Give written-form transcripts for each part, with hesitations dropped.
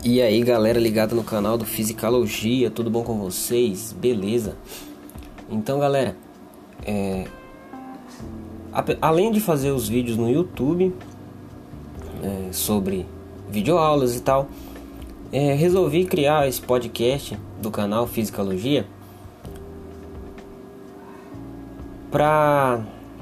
E aí galera ligada no canal do Fisicalogia, tudo bom com vocês? Beleza? Então galera, além de fazer os vídeos no YouTube sobre videoaulas e tal, resolvi criar esse podcast do canal Fisicalogia para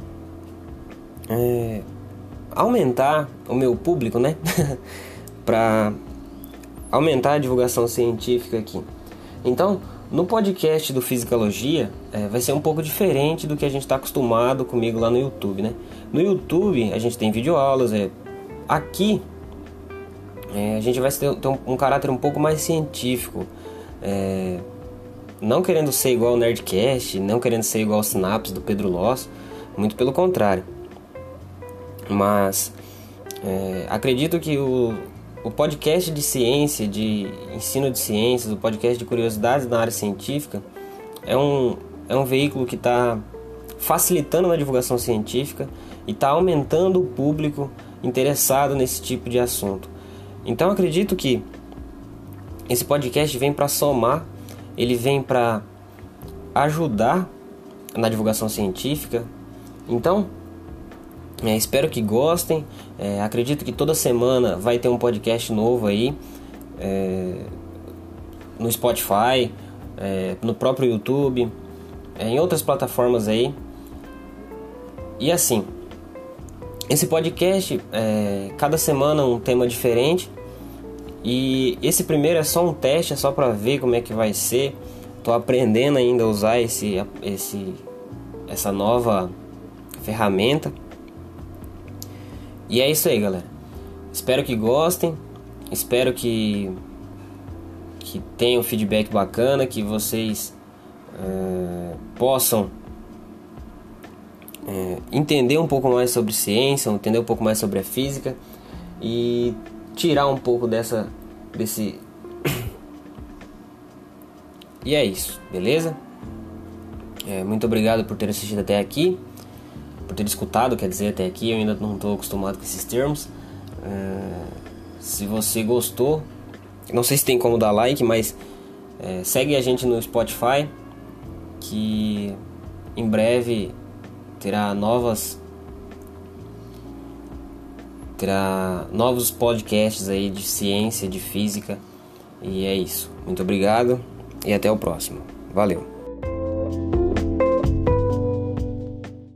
aumentar o meu público, né? Para aumentar a divulgação científica aqui. Então, no podcast do Fisicalogia, vai ser um pouco diferente do que a gente está acostumado comigo lá no YouTube, né? No YouTube, a gente tem videoaulas. Aqui, a gente vai ter um caráter um pouco mais científico. Não querendo ser igual o Nerdcast, não querendo ser igual o Sinapse do Pedro Loss, muito pelo contrário. Mas acredito que o podcast de ciência, de ensino de ciências, o podcast de curiosidades na área científica é um veículo que está facilitando a divulgação científica e está aumentando o público interessado nesse tipo de assunto. Então acredito que esse podcast vem para somar, ele vem para ajudar na divulgação científica. Então espero que gostem. Acredito que toda semana vai ter um podcast novo aí no Spotify, no próprio YouTube, em outras plataformas aí. E assim, esse podcast, cada semana um tema diferente. E esse primeiro é só um teste, é só para ver como é que vai ser. Tô aprendendo ainda a usar essa nova ferramenta. E é isso aí, galera. Espero que gostem. Espero que tenham feedback bacana, que vocês possam entender um pouco mais sobre ciência, entender um pouco mais sobre a física e tirar um pouco desse E é isso, beleza? Muito obrigado por ter assistido até aqui, por ter escutado, quer dizer, até aqui. Eu ainda não estou acostumado com esses termos. Se você gostou, não sei se tem como dar like, mas segue a gente no Spotify, que em breve terá novos podcasts aí de ciência, de física. E é isso. Muito obrigado e até o próximo. Valeu!